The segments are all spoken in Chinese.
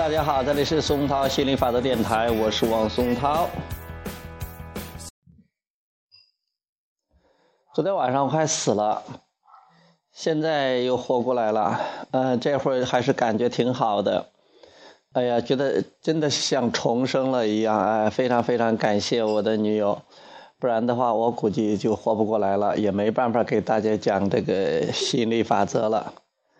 大家好，这里是松涛心理法则电台，我是王松涛。昨天晚上我快死了，现在又活过来了，这会儿还是感觉挺好的。哎呀，觉得真的是像重生了一样，非常非常感谢我的女友，不然的话我估计就活不过来了，也没办法给大家讲这个心理法则了。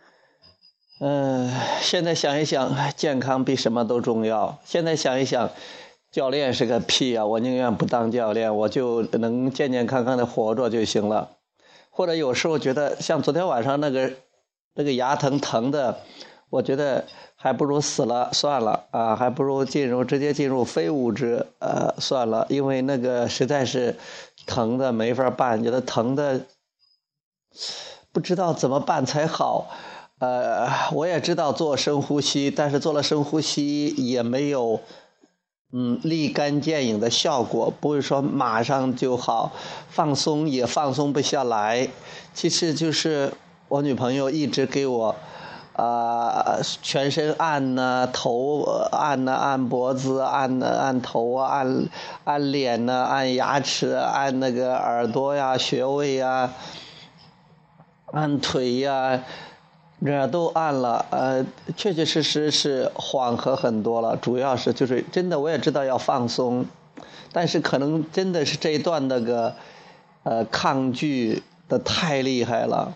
现在想一想，健康比什么都重要。现在想一想，教练是个屁啊！我宁愿不当教练，我就能健健康康的活着就行了。或者有时候觉得，像昨天晚上那个牙疼的，我觉得还不如死了算了啊，还不如直接进入非物质算了，因为那个实在是疼的没法办，觉得疼的不知道怎么办才好。我也知道做深呼吸，但是做了深呼吸也没有立竿见影的效果，不会说马上就好，放松也放松不下来。其实就是我女朋友一直给我全身按头按按脖子按头按脸按牙齿按那个耳朵呀穴位呀按腿呀，这都按了，确确实实是缓和很多了。主要是就是真的，我也知道要放松，但是可能真的是这一段抗拒的太厉害了，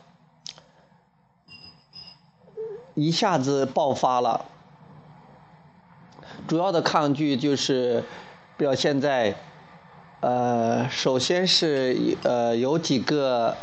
一下子爆发了。主要的抗拒就是表现在，首先是有几个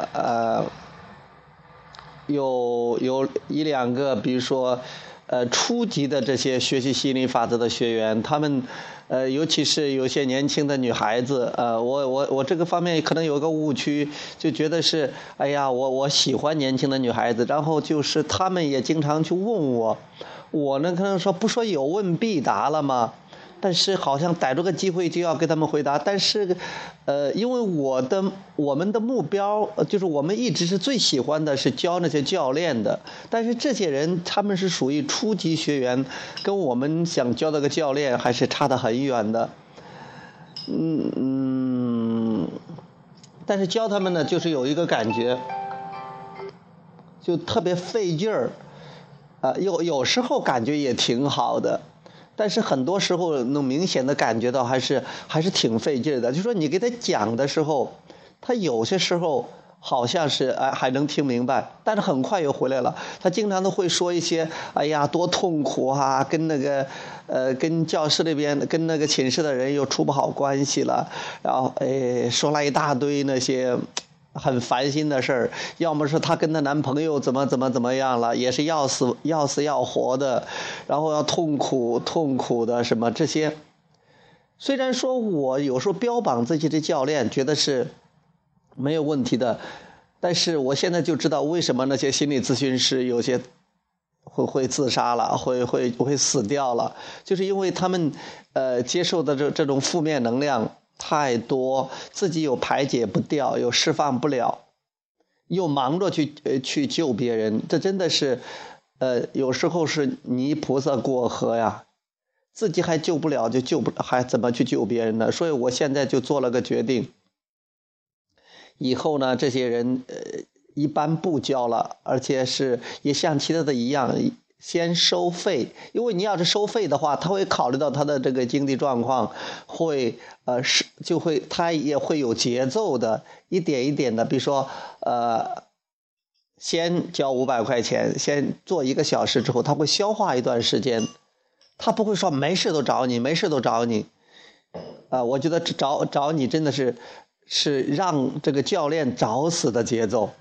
有一两个，比如说初级的这些学习心理法则的学员，他们尤其是有些年轻的女孩子，我这个方面可能有个误区，就觉得是哎呀，我喜欢年轻的女孩子，然后就是他们也经常去问我呢可能说不说有问必答了吗？但是好像逮住个机会就要给他们回答，但是因为我们的目标就是我们一直是最喜欢的是教那些教练的，但是这些人他们是属于初级学员，跟我们想教那个教练还是差得很远的。但是教他们呢，就是有一个感觉，就特别费劲儿，有时候感觉也挺好的。但是很多时候能明显的感觉到还是挺费劲的，就是说你给他讲的时候，他有些时候好像是还能听明白，但是很快又回来了。他经常都会说一些哎呀多痛苦啊，跟跟教室里边跟那个寝室的人又处不好关系了，然后说了一大堆那些很烦心的事儿，要么是她跟她男朋友怎么样了，也是要死要活的，然后要痛苦的什么这些。虽然说我有时候标榜自己的教练觉得是没有问题的，但是我现在就知道为什么那些心理咨询师有些会自杀了，会死掉了，就是因为他们接受的这种负面能量太多，自己又排解不掉，又释放不了，又忙着去救别人，这真的是有时候是泥菩萨过河呀，自己还救不了就救不还怎么去救别人呢？所以我现在就做了个决定，以后呢这些人一般不教了，而且是也像其他的一样先收费，因为你要是收费的话，他会考虑到他的这个经济状况，他也会有节奏的，一点一点的，比如说先交500块钱，先做1个小时之后，他会消化一段时间，他不会说没事都找你。我觉得找你真的是让这个教练找死的节奏。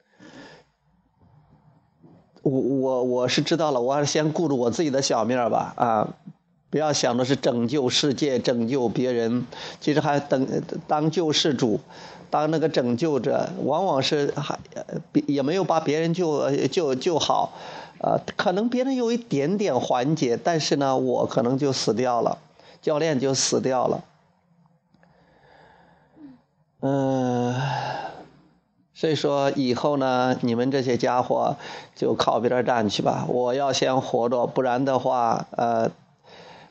我是知道了，我还是先顾着我自己的小命吧，不要想的是拯救世界拯救别人，其实还当救世主，当那个拯救者，往往是也没有把别人救好，可能别人有一点点缓解，但是呢我可能就死掉了，教练就死掉了。所以说以后呢，你们这些家伙就靠边站去吧，我要先活着，不然的话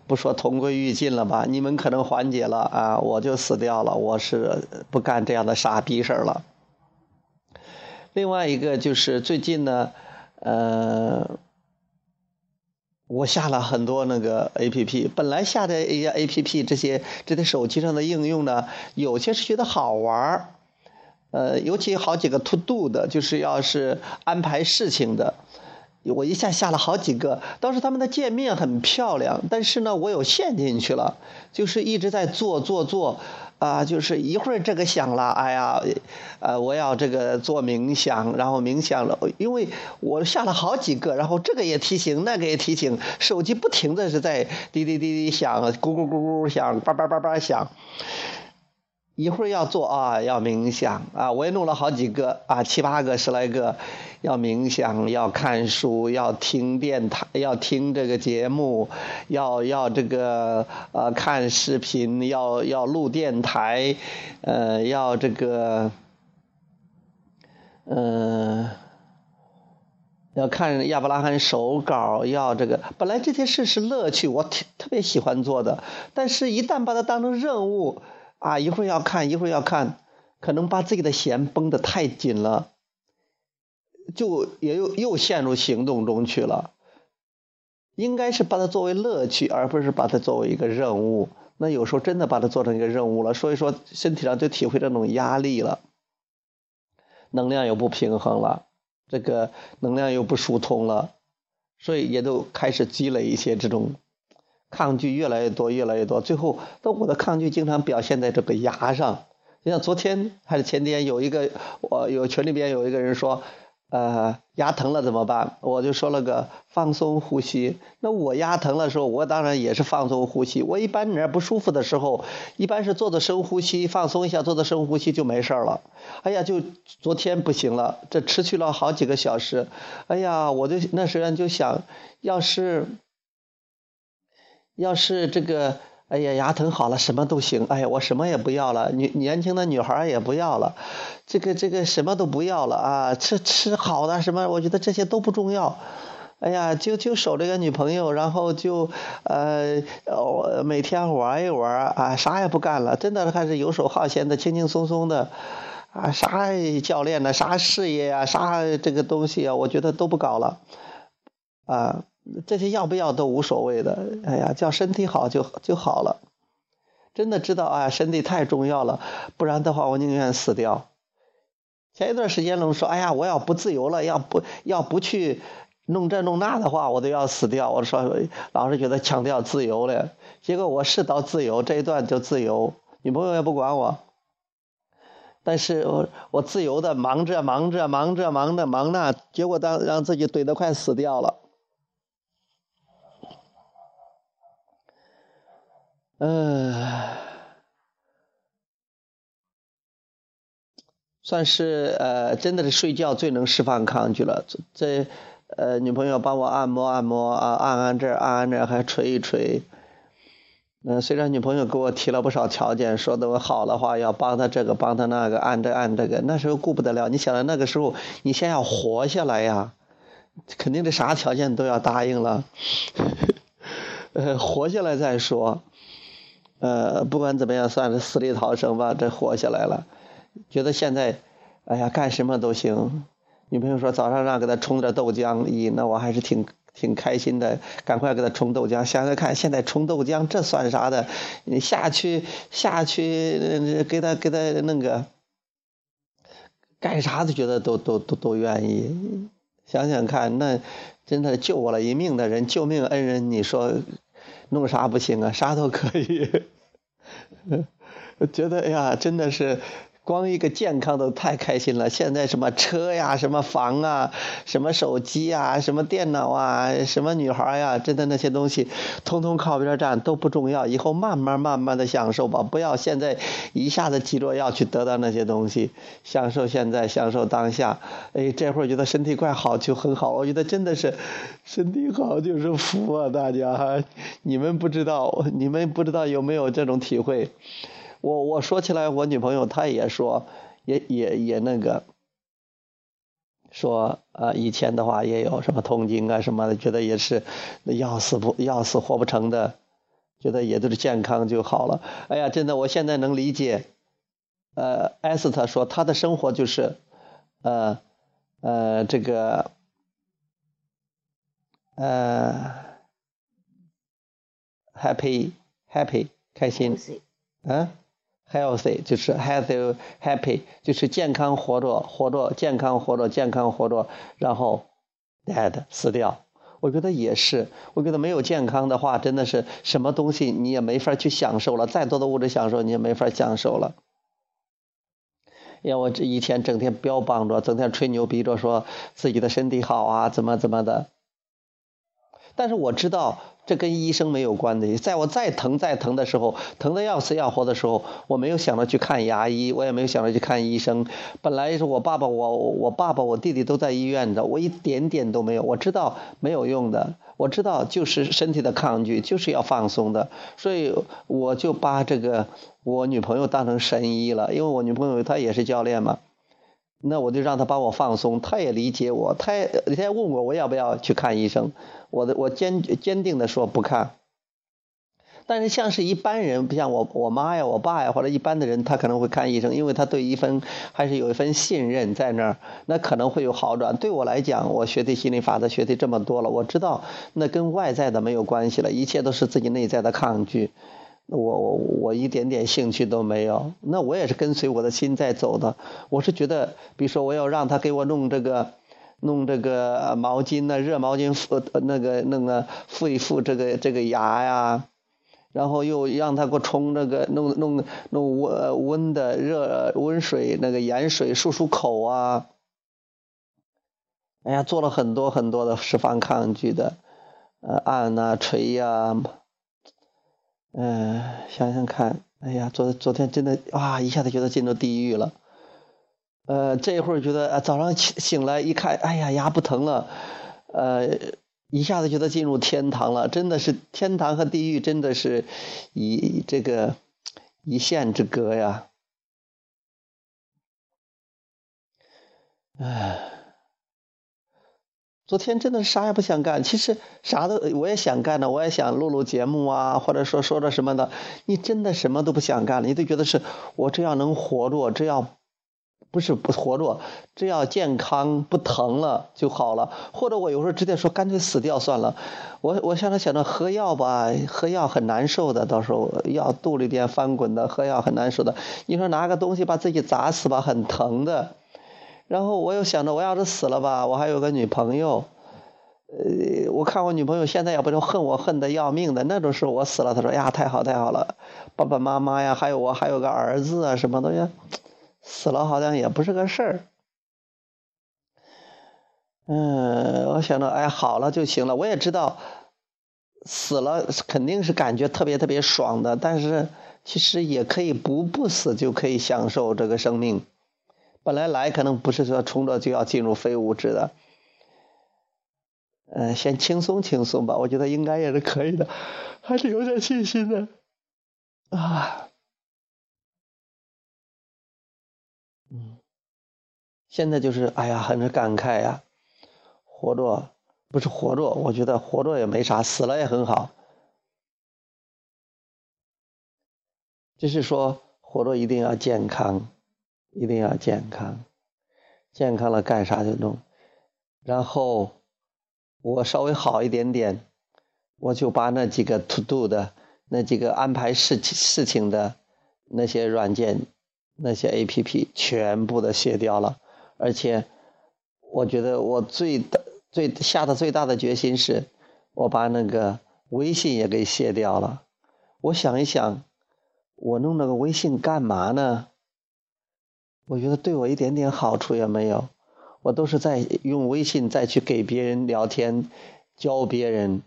不说同归于尽了吧，你们可能缓解了啊，我就死掉了，我是不干这样的傻逼事儿了。另外一个就是最近呢，我下了很多那个 APP， 本来下的一些 APP 这些手机上的应用呢，有些是觉得好玩尤其好几个 to do 的，就是要是安排事情的，我一下了好几个，当时他们的界面很漂亮，但是呢，我有陷进去了，就是一直在做就是一会儿这个响了，哎呀，我要这个做冥想，然后冥想了，因为我下了好几个，然后这个也提醒，那个也提醒，手机不停的是在滴滴滴滴响，咕咕咕咕响，叭叭叭叭响。一会儿要做要冥想我也弄了好几个7、8个、10来个，要冥想，要看书，要听电台，要听这个节目，要这个看视频，要录电台，要这个要看亚伯拉罕手稿，要这个本来这些事是乐趣，我特别喜欢做的，但是一旦把它当成任务一会儿要看，一会儿要看，可能把自己的弦绷得太紧了，就也又陷入行动中去了。应该是把它作为乐趣，而不是把它作为一个任务。那有时候真的把它做成一个任务了，所以说身体上就体会这种压力了，能量又不平衡了，这个能量又不疏通了，所以也都开始积累一些这种抗拒，越来越多，最后我的抗拒经常表现在这个牙上。就像昨天还是前天有群里边有一个人说牙疼了怎么办，我就说了个放松呼吸。那我牙疼的时候，我当然也是放松呼吸，我一般哪不舒服的时候，一般是做深呼吸，放松一下，做深呼吸就没事了。哎呀，就昨天不行了，这持续了好几个小时。哎呀，我就那时候就想，要是这个，哎呀，牙疼好了什么都行，哎呀，我什么也不要了，年轻的女孩也不要了，这个什么都不要了吃好的什么，我觉得这些都不重要。哎呀，就守这个女朋友，然后就每天玩一玩啥也不干了，真的开始游手好闲的，轻轻松松的啥教练呢，啥事业啥这个东西我觉得都不搞了这些要不要都无所谓的，哎呀，叫身体好就好了。真的知道身体太重要了，不然的话我宁愿死掉。前一段时间能说，哎呀，我要不自由了，要不去弄这弄那的话，我都要死掉。我说老是觉得强调自由了，结果我是到自由这一段就自由，女朋友也不管我，但是我自由的忙呢，结果让自己怼得快死掉了。算是真的是睡觉最能释放抗拒了。这女朋友帮我按摩按这儿按那儿，还捶一捶。虽然女朋友给我提了不少条件，说的我好的话要帮她这个帮她那个按这个，那时候顾不得了。你想那个时候你先要活下来呀，肯定这啥条件都要答应了。活下来再说。不管怎么样，算是死里逃生吧，这活下来了。觉得现在，哎呀，干什么都行。女朋友说早上让给她冲点豆浆，那我还是挺开心的，赶快给她冲豆浆。想想看，现在冲豆浆这算啥的？你下去给她那个干啥都觉得都愿意。想想看，那真的救我了一命的人，救命恩人，你说弄啥不行啊？啥都可以。觉得哎呀，真的是光一个健康都太开心了。现在什么车呀，什么房什么手机什么电脑什么女孩真的那些东西通通靠边站，都不重要，以后慢慢的享受吧，不要现在一下子急着要去得到那些东西。享受现在，享受当下。这会儿觉得身体快好就很好，我觉得真的是身体好就是福大家你们不知道有没有这种体会。我说起来，我女朋友她也说，也那个说以前的话也有什么痛经什么的，觉得也是要死活不成的。 觉得也都是健康就好了。哎呀，真的，我现在能理解，艾斯特说他的生活就是，这个，happy 开心，healthy 就是 healthy happy 就是健康活着，健康活着，然后 dead 死掉。我觉得也是，我觉得没有健康的话，真的是什么东西你也没法去享受了，再多的物质享受你也没法享受了。因为我这以前整天标榜着，整天吹牛逼着说自己的身体好啊，怎么的。但是我知道这跟医生没有关系，在我再疼的时候，疼得要死要活的时候，我没有想着去看牙医，我也没有想着去看医生。本来是我爸爸我弟弟都在医院的，我一点点都没有。我知道没有用的，我知道就是身体的抗拒，就是要放松的，所以我就把这个我女朋友当成神医了，因为我女朋友她也是教练嘛。那我就让他帮我放松，他也理解我，他问我要不要去看医生，我坚定的说不看。但是像是一般人，不像我妈呀、我爸呀或者一般的人，他可能会看医生，因为他对还是有一份信任在那儿，那可能会有好转。对我来讲，我学的心理法则学的这么多了，我知道那跟外在的没有关系了，一切都是自己内在的抗拒。我一点点兴趣都没有，那我也是跟随我的心在走的。我是觉得，比如说我要让他给我弄这个毛巾呢，热毛巾敷一敷这个牙呀，然后又让他给我冲这个弄温水那个盐水漱口啊。哎呀，做了很多的释放抗拒的，按啊捶呀。想想看，哎呀，昨天真的一下子觉得进入地狱了。这一会儿觉得早上醒来一看，哎呀，牙不疼了，一下子觉得进入天堂了。真的是天堂和地狱真的是这个一线之隔呀。昨天真的啥也不想干，其实啥都我也想干的，我也想录节目啊，或者说着什么的。你真的什么都不想干了，你都觉得是我只要能活着，只要不活着，只要健康不疼了就好了。或者我有时候直接说干脆死掉算了。我想着喝药吧，喝药很难受的，到时候药肚里边翻滚的，喝药很难受的。你说拿个东西把自己砸死吧，很疼的。然后我又想着，我要是死了吧，我还有个女朋友，我看我女朋友现在也不就恨我恨得要命的，那种时候我死了，她说呀太好了，爸爸妈妈呀，还有我还有个儿子啊，什么东西，死了好像也不是个事儿。我想着哎好了就行了，我也知道死了肯定是感觉特别爽的，但是其实也可以不死就可以享受这个生命。本来可能不是说冲着就要进入非物质的，先轻松吧，我觉得应该也是可以的，还是有点信心的啊。现在就是哎呀，很是感慨呀，活着不是活着，我觉得活着也没啥，死了也很好，就是说活着一定要健康，一定要健康。健康了干啥就弄，然后我稍微好一点点，我就把那几个 to do 的那几个安排事情的那些软件那些 APP 全部的卸掉了。而且我觉得我下的最大的决心是我把那个微信也给卸掉了。我想一想，我弄那个微信干嘛呢？我觉得对我一点点好处也没有，我都是在用微信再去给别人聊天，教别人，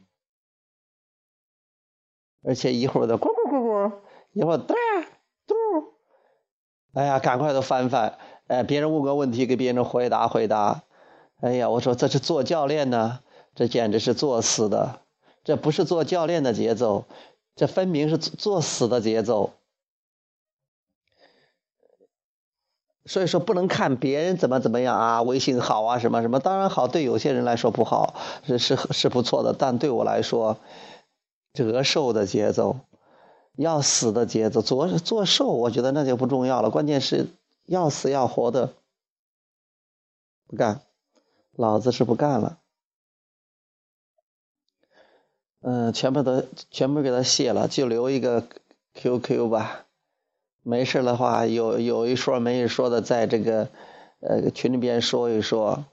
而且一会儿的咕咕咕咕，一会儿嘟嘟，哎呀，赶快的翻，别人问个问题给别人回答，哎呀，我说这是做教练呢，这简直是作死的，这不是做教练的节奏，这分明是作死的节奏。所以说不能看别人怎么样啊，微信好啊什么什么，当然好，对有些人来说不好，是不错的，但对我来说， 折寿的节奏，要死的节奏。做寿我觉得那就不重要了，关键是要死要活的不干，老子是不干了。全部给他卸了，就留一个 QQ 吧。没事的话有一说没一说的，在这个群里边说一说。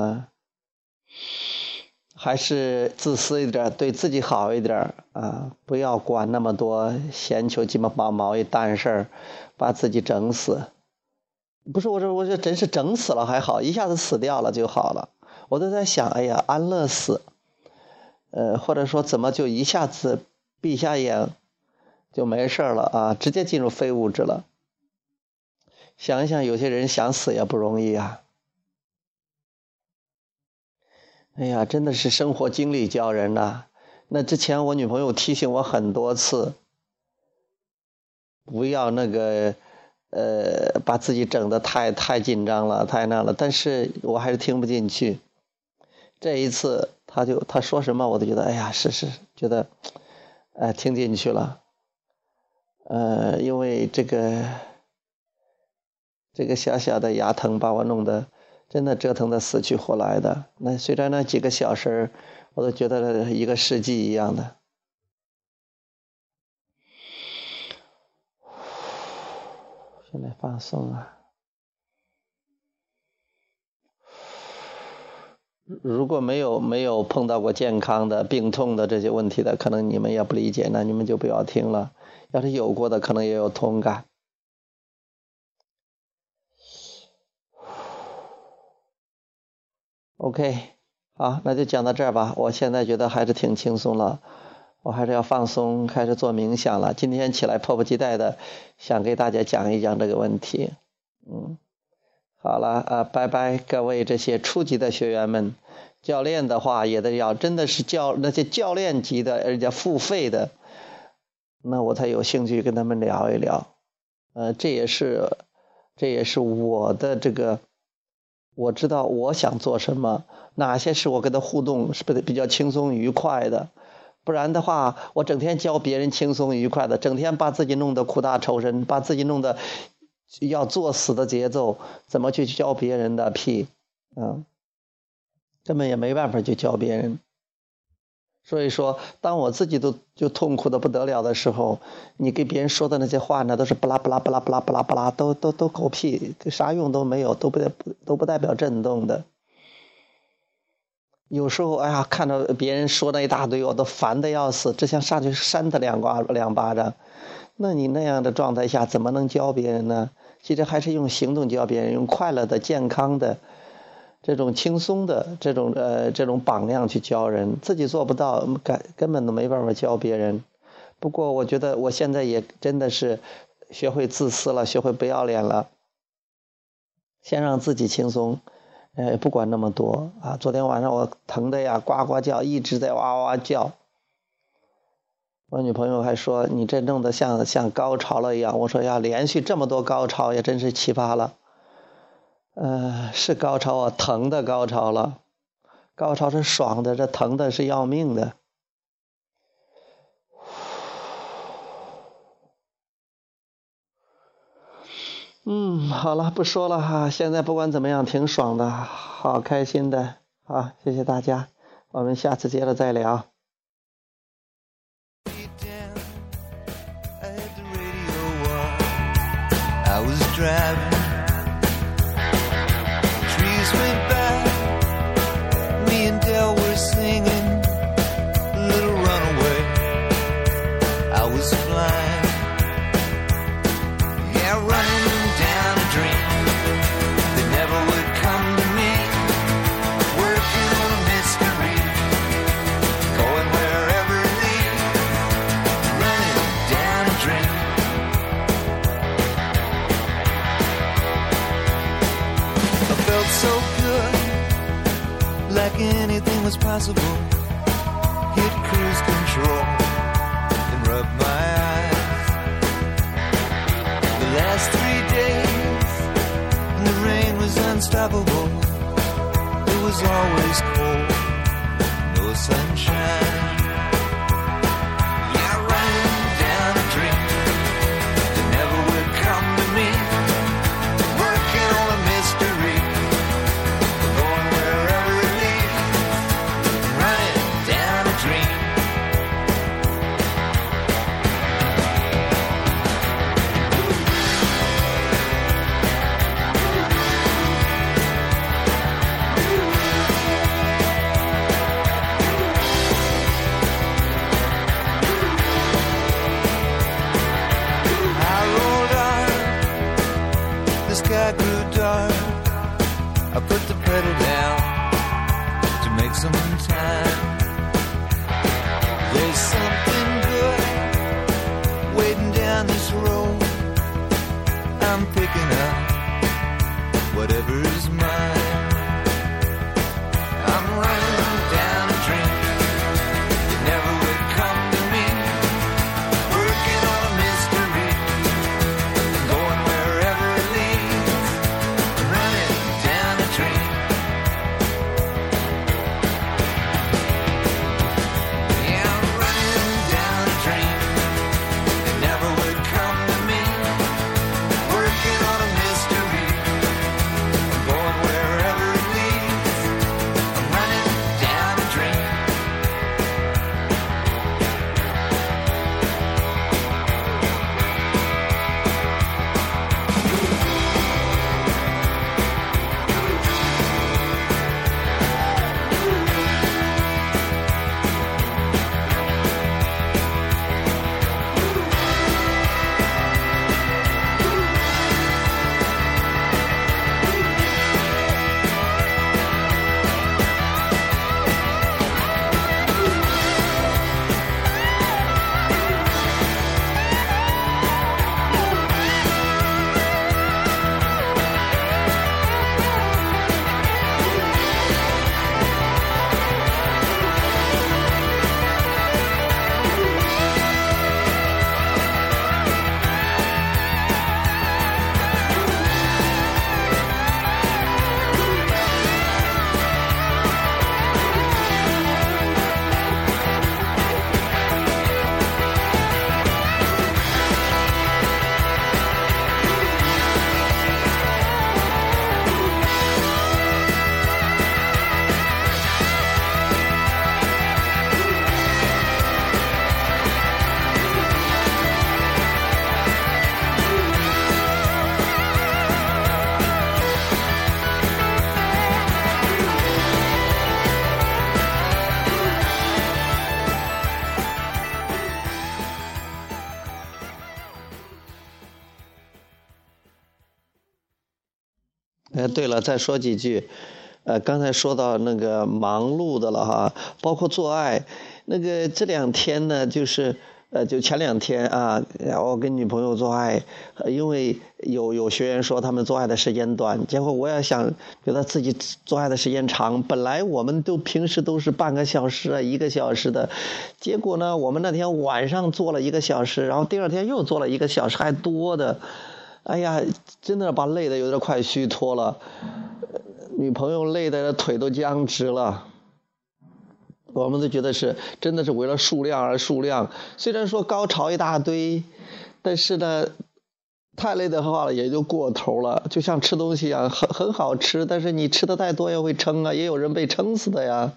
还是自私一点，对自己好一点啊！不要管那么多闲球鸡毛一蛋事儿，把自己整死。不是我这真是整死了还好，一下子死掉了就好了。我都在想，哎呀，安乐死，或者说怎么就一下子闭下眼就没事了啊，直接进入非物质了。想一想，有些人想死也不容易啊。哎呀，真的是生活经历教人呐。那之前我女朋友提醒我很多次，不要那个把自己整得太紧张了，太那了，但是我还是听不进去。这一次她说什么我都觉得，哎呀，是觉得听进去了。因为这个小小的牙疼把我弄得真的折腾得死去活来的。那虽然那几个小时我都觉得一个世纪一样的。现在放松啊。如果没有碰到过健康的病痛的这些问题的，可能你们也不理解，那你们就不要听了。要是有过的，可能也有同感。OK， 好，那就讲到这儿吧。我现在觉得还是挺轻松了，我还是要放松，开始做冥想了。今天起来迫不及待的想给大家讲一讲这个问题。好了拜拜，各位这些初级的学员们。教练的话也得要真的是那些教练级的，而且付费的，那我才有兴趣跟他们聊一聊。这也是我的这个。我知道我想做什么，哪些是我跟他互动是比较轻松愉快的，不然的话我整天教别人轻松愉快的，整天把自己弄得苦大仇深，把自己弄得要作死的节奏，怎么去教别人的屁根本也没办法去教别人。所以说当我自己就痛苦的不得了的时候，你给别人说的那些话呢，都是巴拉巴拉巴拉巴拉巴拉巴拉，都狗屁，啥用都没有，都不代表震动的。有时候哎呀，看到别人说那一大堆，我都烦得要死，只想上去扇他两巴掌。那你那样的状态下怎么能教别人呢？其实还是用行动教别人，用快乐的健康的这种轻松的这种榜样去教人，自己做不到，根本都没办法教别人。不过我觉得我现在也真的是学会自私了，学会不要脸了，先让自己轻松，不管那么多啊。昨天晚上我疼的呀呱呱叫，一直在哇哇叫。我女朋友还说你这弄得像高潮了一样，我说呀，连续这么多高潮也真是奇葩了。是高潮啊，疼的高潮了。高潮是爽的，这疼的是要命的。好了，不说了哈。现在不管怎么样，挺爽的，好开心的。好，谢谢大家，我们下次接着再聊。 Went by, me and Del were singing Little Runaway. I was flying, yeah, running down a dream that never would come to me, working on a mystery, going wherever it leads, running down a dream. I felt so like anything was possible. Hit cruise control and rub my eyes. The last 3 days and the rain was unstoppable. It was always cold, no sunshine. sky grew dark, I put the pedal down to make some time. There's something good waiting down this road. I'm picking up whatever is mine. I'm running down a dream that never would come to me, working on a mystery, going wherever it leads. I'm running down a dream. Yeah, I'm running down a dream that never would come to me, working on a mystery, going wherever it leads. I'm running down a dream. 对了，再说几句。刚才说到那个忙碌的了哈，包括做爱，那个这两天呢，就是就前2天啊，我跟女朋友做爱，因为有学员说他们做爱的时间短，结果我也想觉得自己做爱的时间长，本来我们平时都是半个小时啊1个小时的，结果呢，我们那天晚上做了1个小时，然后第2天又做了1个小时，还多的，哎呀，真的把累的有点快虚脱了，女朋友累的腿都僵直了。我们都觉得真的是为了数量而数量，虽然说高潮一大堆，但是呢太累的话也就过头了，就像吃东西一样，很好吃，但是你吃的太多也会撑啊，也有人被撑死的呀。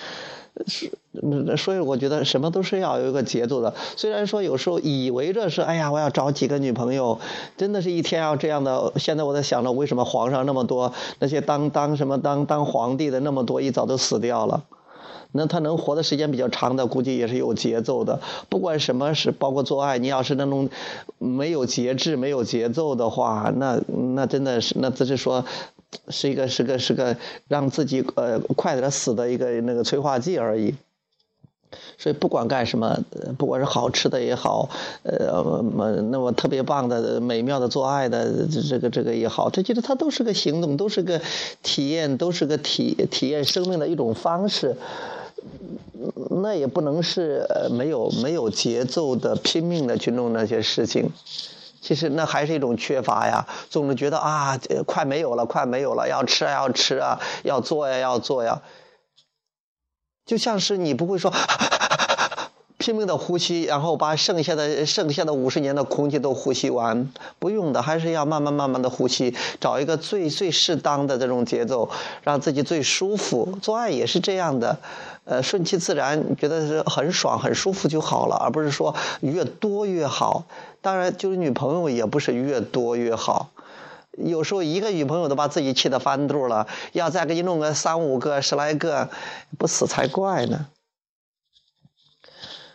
所以我觉得什么都是要有一个节奏的，虽然说有时候以为这是哎呀我要找几个女朋友，真的是一天要这样的。现在我在想着为什么皇上那么多，那些当皇帝的那么多一早都死掉了，那他能活的时间比较长的估计也是有节奏的。不管什么是包括做爱，你要是那种没有节制没有节奏的话，那真的是那只是说是个让自己快点死的一个那个催化剂而已。所以不管干什么，不管是好吃的也好，那么特别棒的美妙的做爱的这个也好，这其实它都是个行动，都是个体验，都是个体验生命的一种方式。那也不能是没有节奏的拼命的去弄那些事情，其实那还是一种缺乏呀，总是觉得啊快没有了，要吃啊，要做呀，就像是你不会说拼命的呼吸，然后把剩下的50年的空气都呼吸完，不用的，还是要慢慢的呼吸，找一个最适当的这种节奏，让自己最舒服。做爱也是这样的，顺其自然，觉得是很爽很舒服就好了，而不是说越多越好。当然就是女朋友也不是越多越好，有时候一个女朋友都把自己气得翻肚了，要再给你弄个3、5个、10来个，不死才怪呢。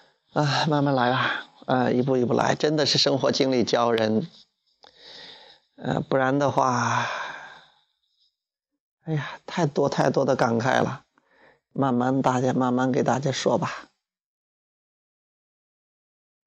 慢慢来吧，一步一步来，真的是生活经历教人。 不然的话，哎呀，太多的感慨了，慢慢给大家说吧。